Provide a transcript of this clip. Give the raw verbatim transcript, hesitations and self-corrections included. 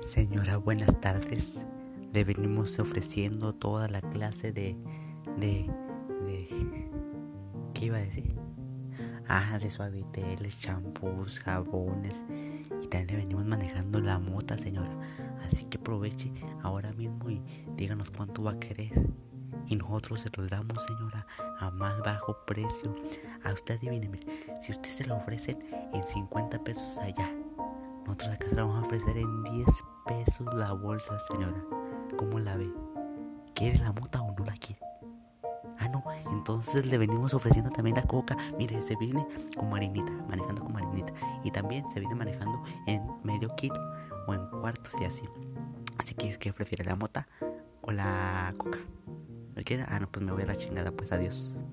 Señora, buenas tardes. Le venimos ofreciendo toda la clase de... de... de... ¿Qué iba a decir? Ah, de suaviteles, champús, jabones. Y también le venimos manejando la mota, señora. Así que aproveche ahora mismo y díganos cuánto va a querer. Y nosotros se los damos, señora, a más bajo precio. A usted adivíneme, si usted se lo ofrecen en cincuenta pesos allá, nosotros acá se la vamos a ofrecer en diez pesos la bolsa, señora. ¿Cómo la ve? ¿Quiere la mota o no la quiere? Ah, no, entonces le venimos ofreciendo también la coca. Mire, se viene con marinita, manejando con marinita. Y también se viene manejando en medio kilo o en cuartos y así. Así que, ¿qué prefiere, la mota o la coca? ¿Lo quiere? Ah, no, pues me voy a la chingada, pues adiós.